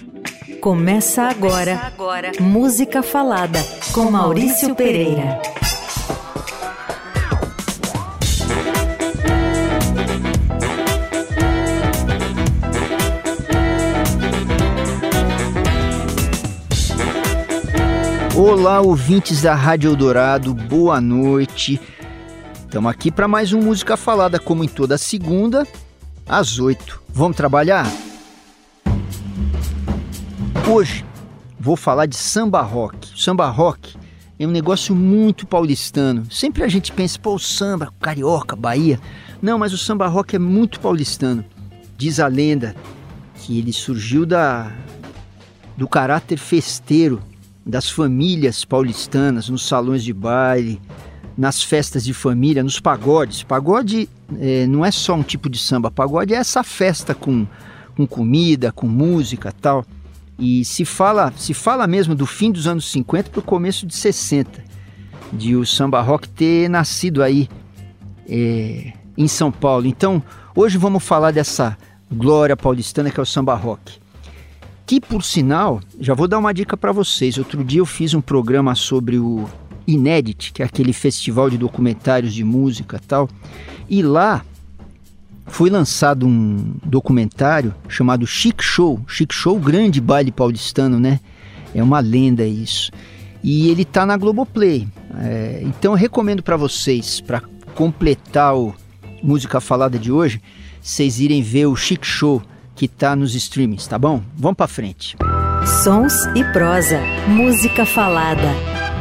Começa agora Música Falada, com Maurício Pereira. Olá, ouvintes da Rádio Eldorado, boa noite. Estamos aqui para mais um Música Falada, como em toda segunda, às 8. Vamos trabalhar? Hoje vou falar de samba rock. Samba rock é um negócio muito paulistano. Sempre a gente pensa, pô, samba, carioca, Bahia. Não, mas o samba rock é muito paulistano. Diz a lenda que ele surgiu do caráter festeiro das famílias paulistanas, nos salões de baile, nas festas de família, nos pagodes. Pagode não é só um tipo de samba, pagode é essa festa com comida, com música e tal. E se fala mesmo do fim dos anos 50 para o começo de 60, de o samba rock ter nascido aí em São Paulo. Então, hoje vamos falar dessa glória paulistana que é o samba rock. Que, por sinal, já vou dar uma dica para vocês. Outro dia eu fiz um programa sobre o Inédit, que é aquele festival de documentários de música e tal. E lá foi lançado um documentário chamado Chic Show. Chic Show, grande baile paulistano, né? É uma lenda isso. E ele tá na Globoplay. Então eu recomendo para vocês, para completar o Música Falada de hoje, vocês irem ver o Chic Show que tá nos streamings, tá bom? Vamos pra frente. Sons e prosa. Música Falada.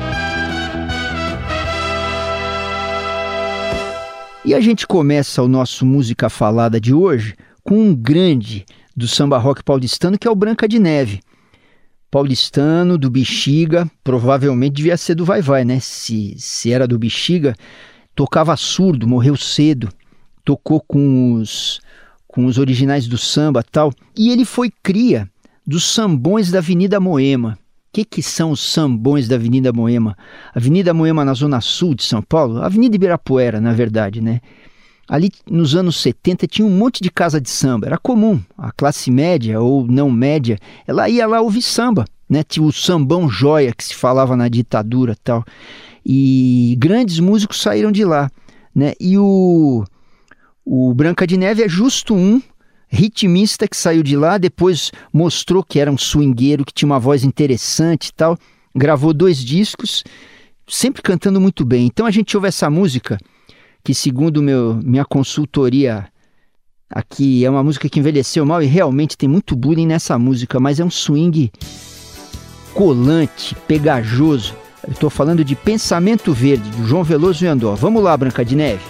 E a gente começa o nosso Música Falada de hoje com um grande do samba rock paulistano, que é o Branca de Neve. Paulistano, do Bexiga, provavelmente devia ser do Vai-Vai, né? Se era do Bexiga, tocava surdo, morreu cedo, tocou com os originais do samba e tal. E ele foi cria dos sambões da Avenida Moema. O que são os sambões da Avenida Moema? Avenida Moema na zona sul de São Paulo, Avenida Ibirapuera, na verdade, né? Ali nos anos 70 tinha um monte de casa de samba, era comum, a classe média ou não média, ela ia lá ouvir samba, né? Tinha o sambão joia que se falava na ditadura e tal, e grandes músicos saíram de lá, né? E o Branca de Neve é justo um ritmista que saiu de lá, depois mostrou que era um swingueiro, que tinha uma voz interessante e tal, gravou 2 discos, sempre cantando muito bem. Então a gente ouve essa música, que segundo minha consultoria aqui, é uma música que envelheceu mal e realmente tem muito bullying nessa música, mas é um swing colante, pegajoso. Eu estou falando de Pensamento Verde, do João Veloso e Andó. Vamos lá, Branca de Neve.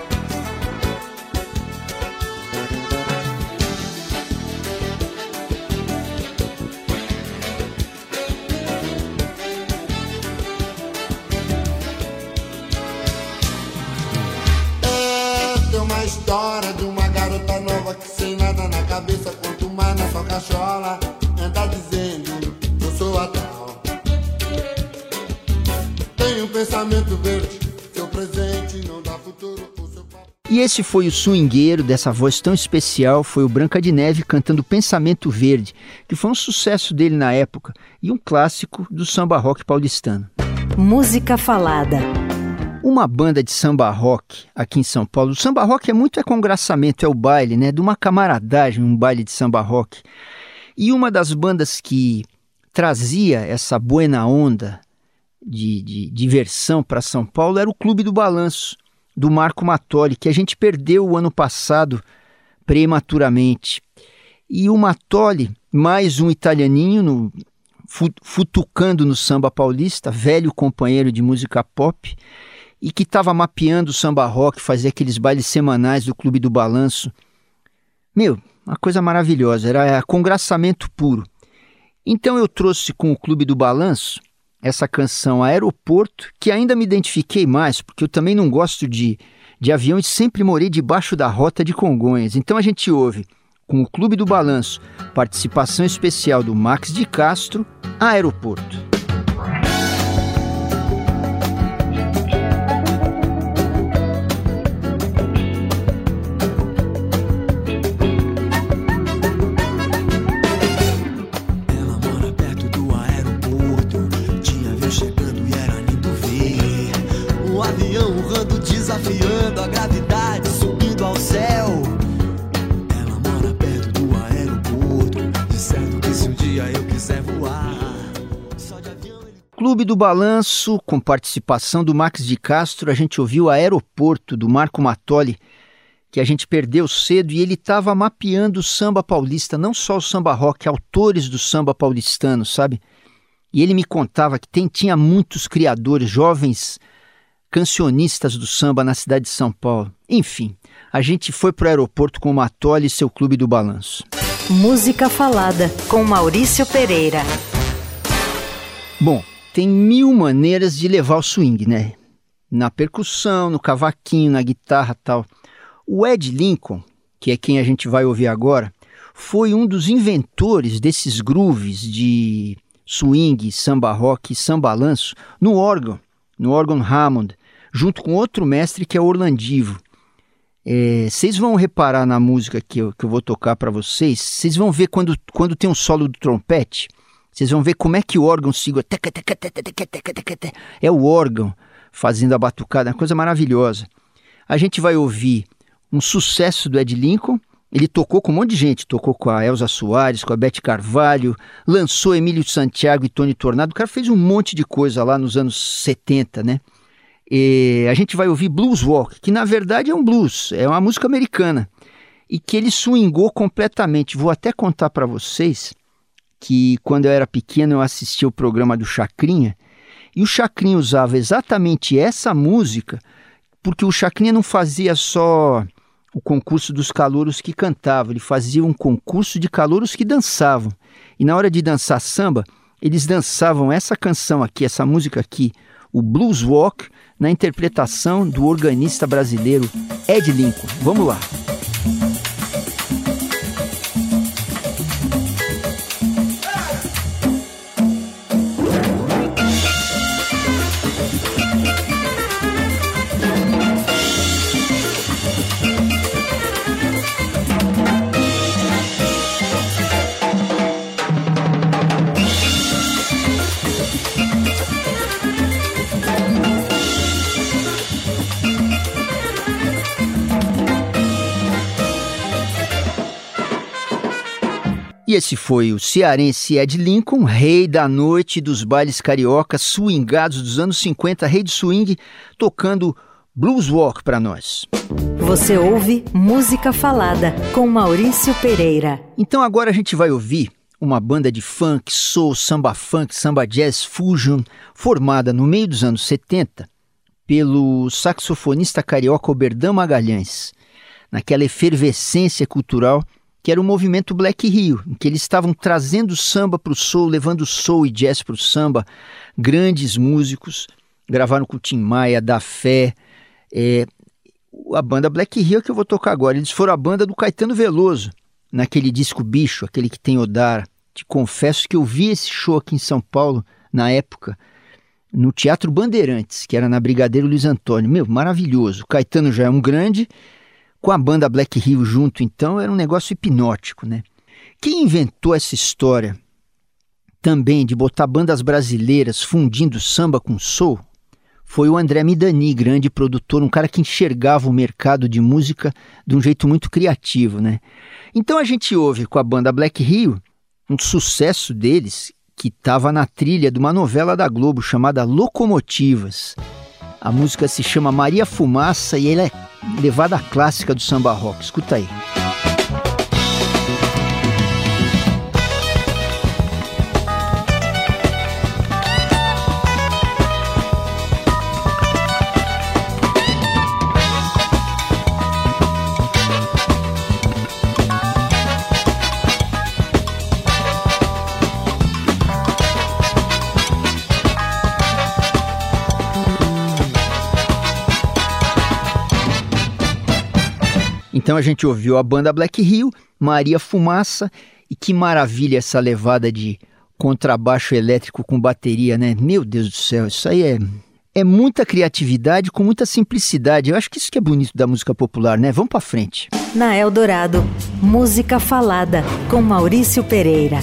História de uma garota nova que sem nada na cabeça, quanto mais na sua cachola, anda dizendo, eu sou a tal. Tenho um pensamento verde, seu presente não dá futuro pro seu papo. E esse foi o swingueiro dessa voz tão especial, foi o Branca de Neve cantando Pensamento Verde, que foi um sucesso dele na época e um clássico do samba rock paulistano. Música Falada. Uma banda de samba rock aqui em São Paulo. O samba rock é congraçamento, é o baile, né? De uma camaradagem, um baile de samba rock. E uma das bandas que trazia essa buena onda de diversão para São Paulo era o Clube do Balanço, do Marco Mattoli, que a gente perdeu o ano passado prematuramente. E o Mattoli, mais um italianinho futucando no samba paulista, velho companheiro de música pop, e que estava mapeando o samba rock, fazia aqueles bailes semanais do Clube do Balanço. Uma coisa maravilhosa, era congraçamento puro. Então eu trouxe com o Clube do Balanço essa canção Aeroporto, que ainda me identifiquei mais, porque eu também não gosto de avião e sempre morei debaixo da Rota de Congonhas. Então a gente ouve, com o Clube do Balanço, participação especial do Max de Castro, Aeroporto. desafiando a gravidade, subindo ao céu. Ela mora perto do aeroporto, dizendo que se um dia eu quiser voar, só de avião ele... Clube do Balanço, com participação do Max de Castro, a gente ouviu Aeroporto, do Marco Mattoli, que a gente perdeu cedo, e ele estava mapeando o samba paulista, não só o samba rock, autores do samba paulistano, sabe? E ele me contava que tinha muitos criadores, jovens cancionistas do samba na cidade de São Paulo. Enfim, a gente foi para o Aeroporto com o Mattoli e seu Clube do Balanço. Música Falada, com Maurício Pereira. Bom, tem 1000 maneiras de levar o swing, né? Na percussão, no cavaquinho, na guitarra e tal. O Ed Lincoln, que é quem a gente vai ouvir agora, foi um dos inventores desses grooves de swing, samba rock e sambalanço no órgão Hammond, junto com outro mestre que é Orlandivo. Vocês vão reparar na música que eu vou tocar para vocês, vocês vão ver quando tem um solo do trompete, vocês vão ver como é que o órgão segura. É o órgão fazendo a batucada, uma coisa maravilhosa. A gente vai ouvir um sucesso do Ed Lincoln. Ele tocou com um monte de gente, tocou com a Elza Soares, com a Beth Carvalho, lançou Emílio Santiago e Tony Tornado. O cara fez um monte de coisa lá nos anos 70, né? E a gente vai ouvir Blues Walk, que na verdade é um blues, é uma música americana, e que ele swingou completamente. Vou até contar para vocês que quando eu era pequeno eu assistia o programa do Chacrinha, e o Chacrinha usava exatamente essa música, porque o Chacrinha não fazia só o concurso dos calouros que cantavam, ele fazia um concurso de calouros que dançavam. E na hora de dançar samba, eles dançavam essa canção aqui, essa música aqui, o Blues Walk, na interpretação do organista brasileiro Ed Lincoln. Vamos lá. E esse foi o cearense Ed Lincoln, rei da noite dos bailes cariocas swingados dos anos 50, rei de swing, tocando Blues Walk para nós. Você ouve Música Falada, com Maurício Pereira. Então agora a gente vai ouvir uma banda de funk, soul, samba funk, samba jazz, fusion, formada no meio dos anos 70 pelo saxofonista carioca Oberdan Magalhães, naquela efervescência cultural que era o movimento Black Rio, em que eles estavam trazendo samba para o soul, levando soul e jazz para o samba. Grandes músicos, gravaram com o Tim Maia, Da Fé. A banda Black Rio é que eu vou tocar agora. Eles foram a banda do Caetano Veloso, naquele disco Bicho, aquele que tem Odara. Te confesso que eu vi esse show aqui em São Paulo, na época, no Teatro Bandeirantes, que era na Brigadeiro Luiz Antônio. Meu, maravilhoso. O Caetano já é um grande... Com a banda Black Rio junto, então, era um negócio hipnótico, né? Quem inventou essa história também de botar bandas brasileiras fundindo samba com soul foi o André Midani, grande produtor, um cara que enxergava o mercado de música de um jeito muito criativo, né? Então a gente ouve com a banda Black Rio um sucesso deles que estava na trilha de uma novela da Globo chamada Locomotivas. A música se chama Maria Fumaça e ela é levada clássica do samba rock. Escuta aí. Então a gente ouviu a banda Black Rio, Maria Fumaça, e que maravilha essa levada de contrabaixo elétrico com bateria, né? Meu Deus do céu, isso aí é muita criatividade com muita simplicidade. Eu acho que isso que é bonito da música popular, né? Vamos pra frente. Na Eldorado, Música Falada, com Maurício Pereira.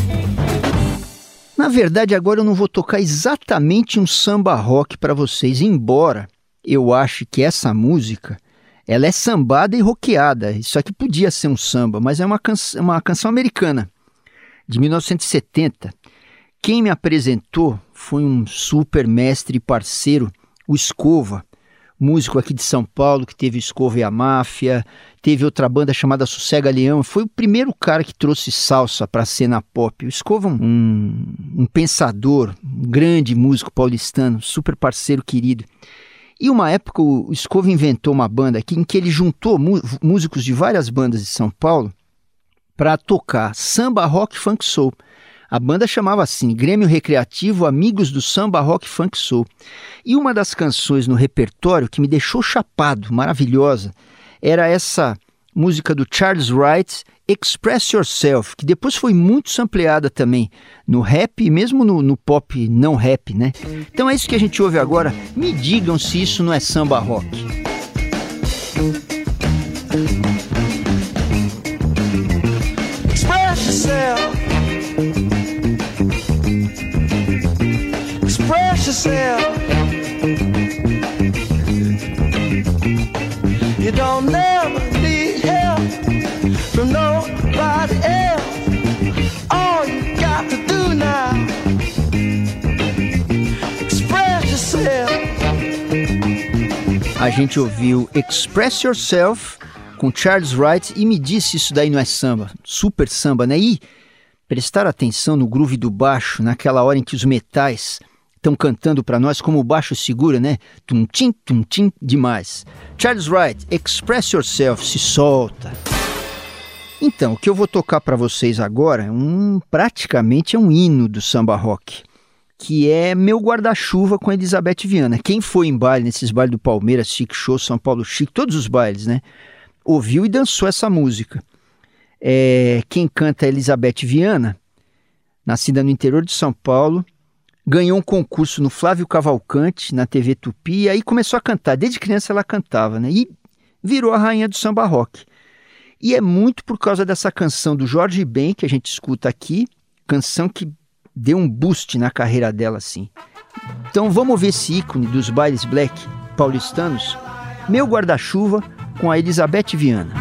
Na verdade, agora eu não vou tocar exatamente um samba rock para vocês, embora eu acho que essa música, ela é sambada e rockeada. Isso aqui podia ser um samba, mas é uma canção americana, de 1970. Quem me apresentou foi um super mestre e parceiro, o Escova, músico aqui de São Paulo, que teve Escova e a Máfia, teve outra banda chamada Sossega Leão. Foi o primeiro cara que trouxe salsa para a cena pop. O Escova é um pensador, um grande músico paulistano, super parceiro querido. E uma época o Escova inventou uma banda aqui em que ele juntou músicos de várias bandas de São Paulo para tocar samba, rock, funk, soul. A banda chamava assim, Grêmio Recreativo Amigos do Samba, Rock, Funk, Soul. E uma das canções no repertório que me deixou chapado, maravilhosa, era essa música do Charles Wright, Express Yourself, que depois foi muito sampleada também no rap e mesmo no pop não rap, né? Então é isso que a gente ouve agora. Me digam se isso não é samba rock. Express yourself. Express yourself. You don't never need help from nobody else. All you got to do now, express yourself. A gente ouviu Express Yourself com Charles Wright e me disse isso daí não é samba, super samba, né? E prestar atenção no groove do baixo, naquela hora em que os metais estão cantando para nós, como o baixo segura, né? Tum-tim, demais. Charles Wright, Express Yourself, se solta. Então, o que eu vou tocar para vocês agora praticamente é um hino do samba rock, que é Meu Guarda-Chuva com Elizabeth Viana. Quem foi em baile, nesses bailes do Palmeiras, Chic Show, São Paulo Chic, todos os bailes, né? Ouviu e dançou essa música. Quem canta é Elizabeth Viana, nascida no interior de São Paulo, ganhou um concurso no Flávio Cavalcante, na TV Tupi, e aí começou a cantar. Desde criança ela cantava, né? E virou a rainha do samba rock. E é muito por causa dessa canção do Jorge Ben, que a gente escuta aqui, canção que deu um boost na carreira dela, assim. Então vamos ver esse ícone dos bailes black paulistanos, Meu Guarda-Chuva, com a Elizabeth Viana.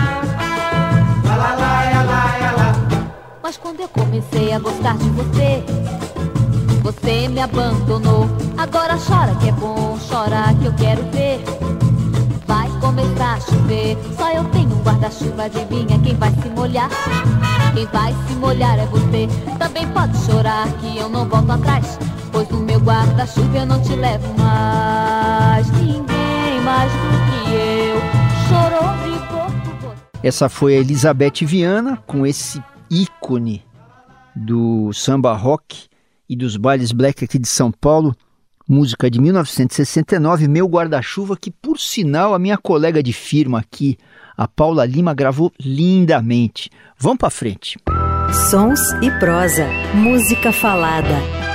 Mas quando eu comecei a gostar de você, você me abandonou. Agora chora que é bom, chora que eu quero ver. Vai começar a chover, só eu tenho um guarda-chuva, adivinha quem vai se molhar? Quem vai se molhar é você. Também pode chorar que eu não volto atrás, pois no meu guarda-chuva eu não te levo mais. Ninguém mais do que eu chorou, brigou por você. Essa foi a Elizabeth Viana com esse ícone do samba rock e dos bailes black aqui de São Paulo, música de 1969, Meu Guarda-Chuva, que por sinal a minha colega de firma aqui, a Paula Lima, gravou lindamente. Vamos para frente. Sons e prosa, música falada.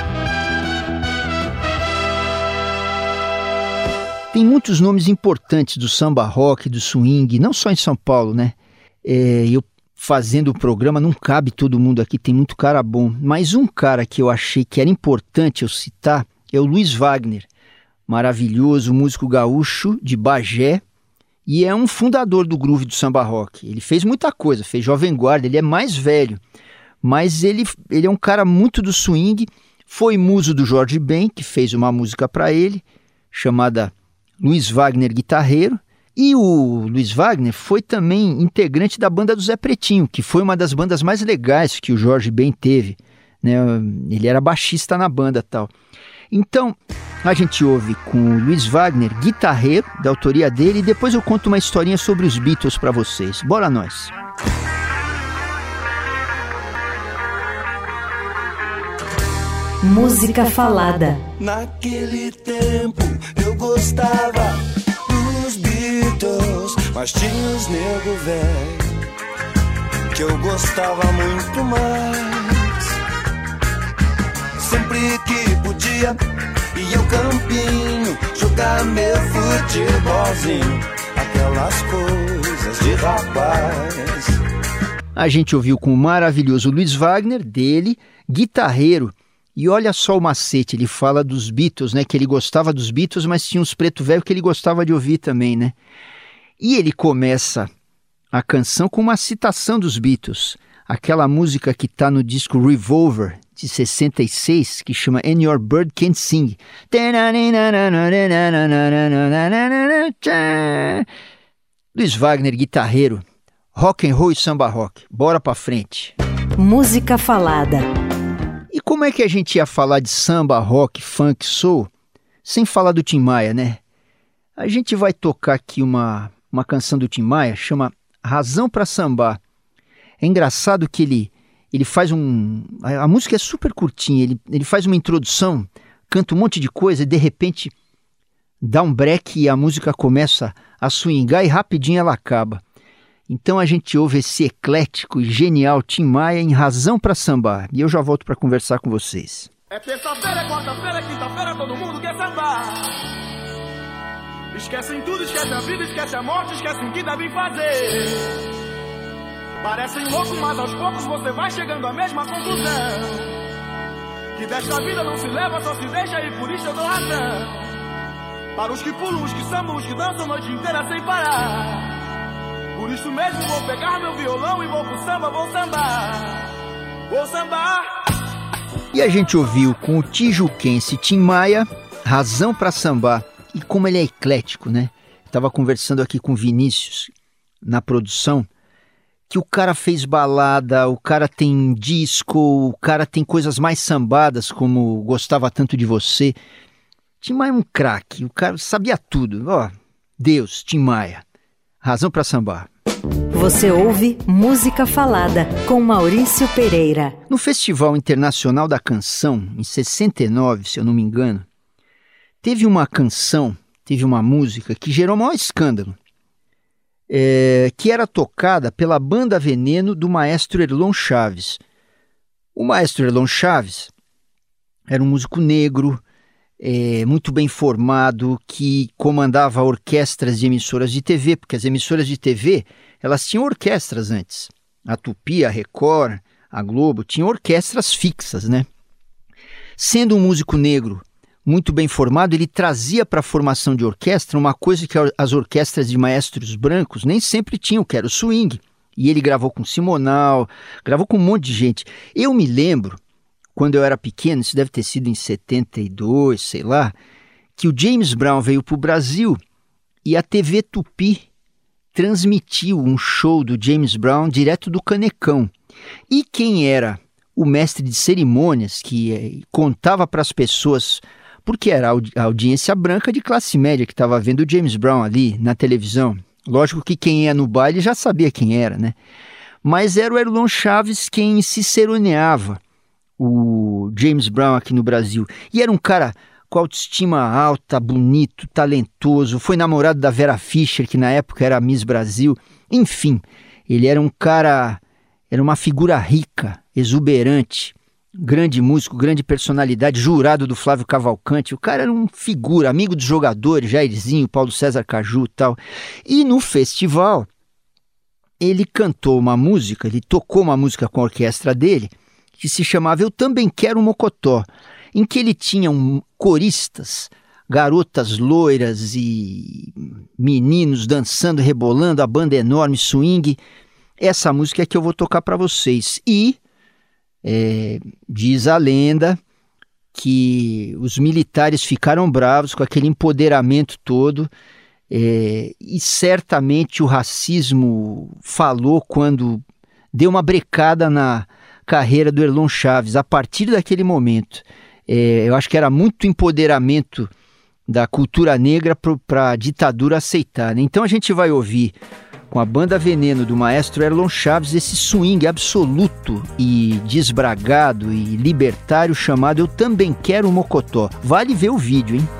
Tem muitos nomes importantes do samba rock, do swing, não só em São Paulo, né? Eu fazendo o programa, não cabe todo mundo aqui, tem muito cara bom. Mas um cara que eu achei que era importante eu citar é o Luiz Wagner, maravilhoso músico gaúcho de Bagé, e é um fundador do groove do samba rock. Ele fez muita coisa, fez Jovem Guarda, ele é mais velho, mas ele é um cara muito do swing, foi muso do Jorge Ben, que fez uma música para ele, chamada Luiz Wagner Guitarreiro, e o Luiz Wagner foi também integrante da banda do Zé Pretinho, que foi uma das bandas mais legais que o Jorge Ben teve, né? Ele era baixista na banda e tal. Então, a gente ouve com o Luiz Wagner, Guitarreiro, da autoria dele, e depois eu conto uma historinha sobre os Beatles para vocês. Bora nós! Música falada. Naquele tempo eu gostava dos Beatles, mas tinha os nego velho que eu gostava muito mais. Sempre que podia ia ao campinho jogar meu futebolzinho, aquelas coisas de rapaz. A gente ouviu com o maravilhoso Luiz Wagner, dele, Guitarreiro, E olha só o macete, ele fala dos Beatles, né? Que ele gostava dos Beatles, mas tinha uns preto velho que ele gostava de ouvir também, né? E ele começa a canção com uma citação dos Beatles. Aquela música que está no disco Revolver, de 66, que chama And Your Bird Can't Sing. Luiz Wagner, guitarreiro. Rock and roll e samba rock. Bora pra frente. Música falada. E como é que a gente ia falar de samba, rock, funk, soul, sem falar do Tim Maia, né? A gente vai tocar aqui uma canção do Tim Maia, chama Razão pra Sambar. É engraçado que ele faz a música é super curtinha, ele faz uma introdução, canta um monte de coisa e de repente dá um break e a música começa a swingar e rapidinho ela acaba. Então a gente ouve esse eclético e genial Tim Maia em Razão pra Sambar. E eu já volto para conversar com vocês. É terça-feira, é quarta-feira, quinta-feira, todo mundo quer sambar. Esquecem tudo, esquece a vida, esquece a morte, esquecem o que devem fazer. Parecem loucos, mas aos poucos você vai chegando à mesma conclusão. Que desta vida não se leva, só se deixa e por isso eu dou razão. Para os que pulam, os que sambam, os que dançam a noite inteira sem parar. Por isso mesmo vou pegar meu violão e vou pro samba, vou sambar. Vou sambar. E a gente ouviu com o tijuquense Tim Maia, Razão pra Sambar. E como ele é eclético, né? Estava conversando aqui com o Vinícius, na produção, que o cara fez balada, o cara tem disco, o cara tem coisas mais sambadas, como Gostava Tanto de Você. Tim Maia é um craque, o cara sabia tudo. Ó, Deus, Tim Maia, Razão pra Sambar. Você ouve Música Falada, com Maurício Pereira. No Festival Internacional da Canção, em 69, se eu não me engano, teve uma música que gerou o maior escândalo. Que era tocada pela Banda Veneno do maestro Erlon Chaves. O maestro Erlon Chaves era um músico negro, muito bem formado, que comandava orquestras de emissoras de TV, porque as emissoras de TV, elas tinham orquestras antes. A Tupi, a Record, a Globo, tinham orquestras fixas, né? Sendo um músico negro muito bem formado, ele trazia para a formação de orquestra uma coisa que as orquestras de maestros brancos nem sempre tinham, que era o swing. E ele gravou com Simonal, gravou com um monte de gente. Eu me lembro, quando eu era pequeno, isso deve ter sido em 72, sei lá, que o James Brown veio para o Brasil e a TV Tupi transmitiu um show do James Brown direto do Canecão. E quem era o mestre de cerimônias que contava para as pessoas, porque era a audiência branca de classe média que estava vendo o James Brown ali na televisão. Lógico que quem ia no baile já sabia quem era, né? Mas era o Erlon Chaves quem ciceroneava o James Brown aqui no Brasil. E era um cara com autoestima alta, bonito, talentoso, foi namorado da Vera Fischer, que na época era Miss Brasil. Enfim, ele era um cara, era uma figura rica, exuberante, grande músico, grande personalidade, jurado do Flávio Cavalcante. O cara era um figura, amigo dos jogadores, Jairzinho, Paulo César Caju e tal. E no festival, ele cantou uma música, ele tocou uma música com a orquestra dele, que se chamava Eu Também Quero um Mocotó, em que ele tinha coristas, garotas loiras e meninos dançando, rebolando, a banda enorme, swing. Essa música é que eu vou tocar para vocês. E diz a lenda que os militares ficaram bravos com aquele empoderamento todo, e certamente o racismo falou quando deu uma brecada na carreira do Erlon Chaves. A partir daquele momento, eu acho que era muito empoderamento da cultura negra para a ditadura aceitar, né? Então a gente vai ouvir com a Banda Veneno do maestro Erlon Chaves esse swing absoluto e desbragado e libertário chamado Eu Também Quero um Mocotó. Vale ver o vídeo, hein?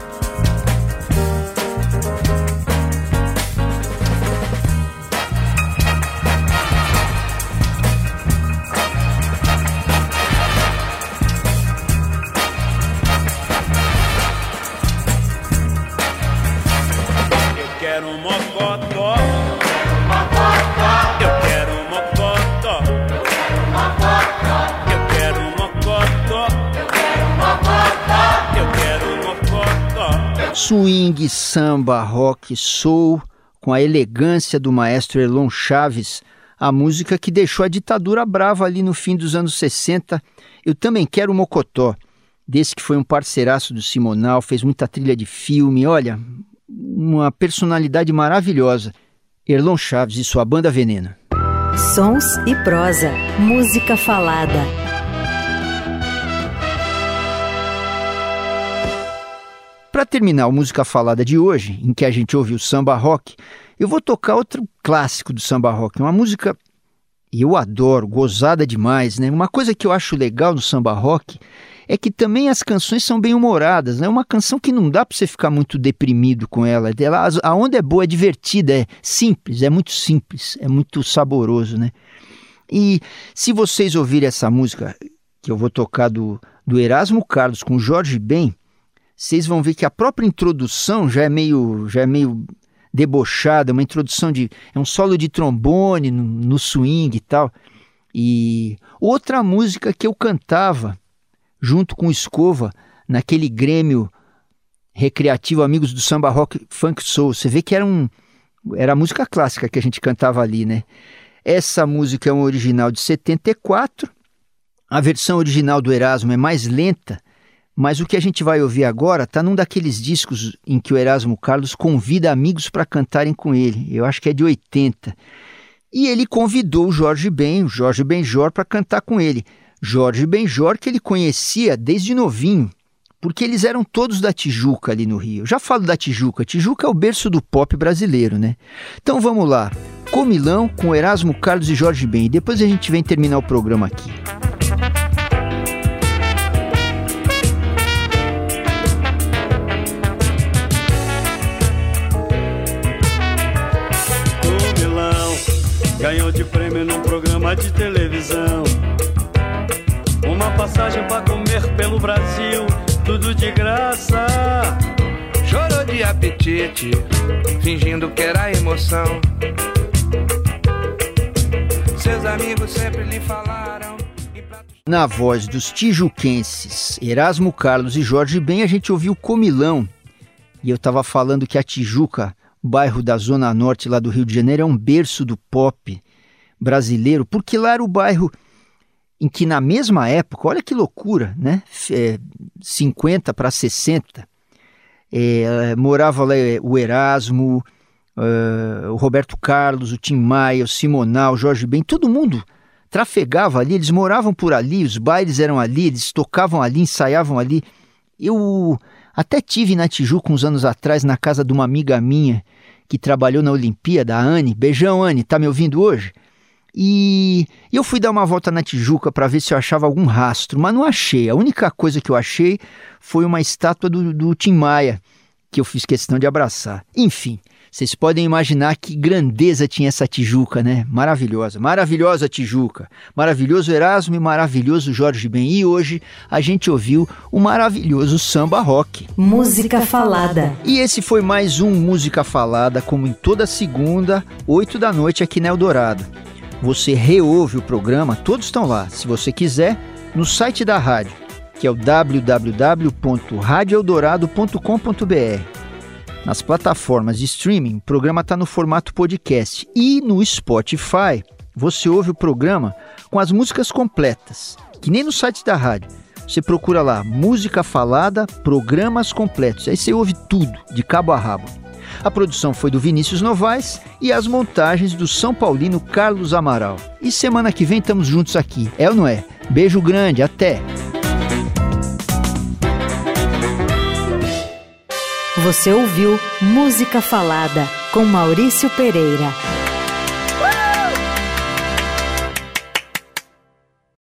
Eu quero um mocotó. Swing, samba, rock, soul, com a elegância do maestro Erlon Chaves, a música que deixou a ditadura brava ali no fim dos anos 60. Eu também quero o Mocotó, desse que foi um parceiraço do Simonal, fez muita trilha de filme, olha, uma personalidade maravilhosa. Erlon Chaves e sua banda Veneno. Sons e prosa, música falada. Para terminar a música falada de hoje, em que a gente ouviu samba rock, eu vou tocar outro clássico do samba rock, uma música que eu adoro, gozada demais, né? Uma coisa que eu acho legal no samba rock é que também as canções são bem humoradas, né? Uma canção que não dá para você ficar muito deprimido com ela. A onda é boa, é divertida, é simples, é muito saboroso, né? E se vocês ouvirem essa música que eu vou tocar do Erasmo Carlos com Jorge Ben, vocês vão ver que a própria introdução já é meio debochada, uma introdução é um solo de trombone no swing e tal. E outra música que eu cantava junto com o Escova naquele Grêmio recreativo Amigos do Samba Rock Funk Soul, você vê que era música clássica que a gente cantava ali, né? Essa música é um original de 74, a versão original do Erasmo é mais lenta, mas o que a gente vai ouvir agora está num daqueles discos em que o Erasmo Carlos convida amigos para cantarem com ele. Eu acho que é de 80. E ele convidou o Jorge Benjor, para cantar com ele. Jorge Benjor, que ele conhecia desde novinho, porque eles eram todos da Tijuca ali no Rio. Eu já falo da Tijuca. Tijuca é o berço do pop brasileiro, né? Então vamos lá. Comilão com Erasmo Carlos e Jorge Ben. E depois a gente vem terminar o programa aqui. Ganhou de prêmio num programa de televisão, uma passagem pra comer pelo Brasil, tudo de graça. Chorou de apetite, fingindo que era emoção. Seus amigos sempre lhe falaram. Na voz dos tijuquenses Erasmo Carlos e Jorge Ben, a gente ouviu Comilão. E eu estava falando que a Tijuca, bairro da Zona Norte lá do Rio de Janeiro, é um berço do pop brasileiro, porque lá era o bairro em que na mesma época, olha que loucura, né? 50 para 60, morava lá o Erasmo, o Roberto Carlos, o Tim Maia, o Simonal, o Jorge Ben, todo mundo trafegava ali, eles moravam por ali, os bailes eram ali, eles tocavam ali, ensaiavam ali. Eu até tive na Tijuca uns anos atrás, na casa de uma amiga minha que trabalhou na Olimpíada, a Anne. Beijão, Anne, tá me ouvindo hoje? E eu fui dar uma volta na Tijuca para ver se eu achava algum rastro, mas não achei. A única coisa que eu achei foi uma estátua do Tim Maia, que eu fiz questão de abraçar. Enfim, vocês podem imaginar que grandeza tinha essa Tijuca, né? Maravilhosa, maravilhosa Tijuca. Maravilhoso Erasmo e maravilhoso Jorge Ben. E hoje a gente ouviu o maravilhoso samba rock. Música falada. E esse foi mais um Música Falada, como em toda segunda, 8 da noite aqui na Eldorado. Você reouve o programa, todos estão lá, se você quiser, no site da rádio, que é o www.radioeldorado.com.br. Nas plataformas de streaming, o programa está no formato podcast. E no Spotify, você ouve o programa com as músicas completas, que nem no site da rádio. Você procura lá, Música Falada, Programas Completos. Aí você ouve tudo, de cabo a rabo. A produção foi do Vinícius Novaes e as montagens do São Paulino Carlos Amaral. E semana que vem estamos juntos aqui, é ou não é? Beijo grande, até! Você ouviu Música Falada com Maurício Pereira.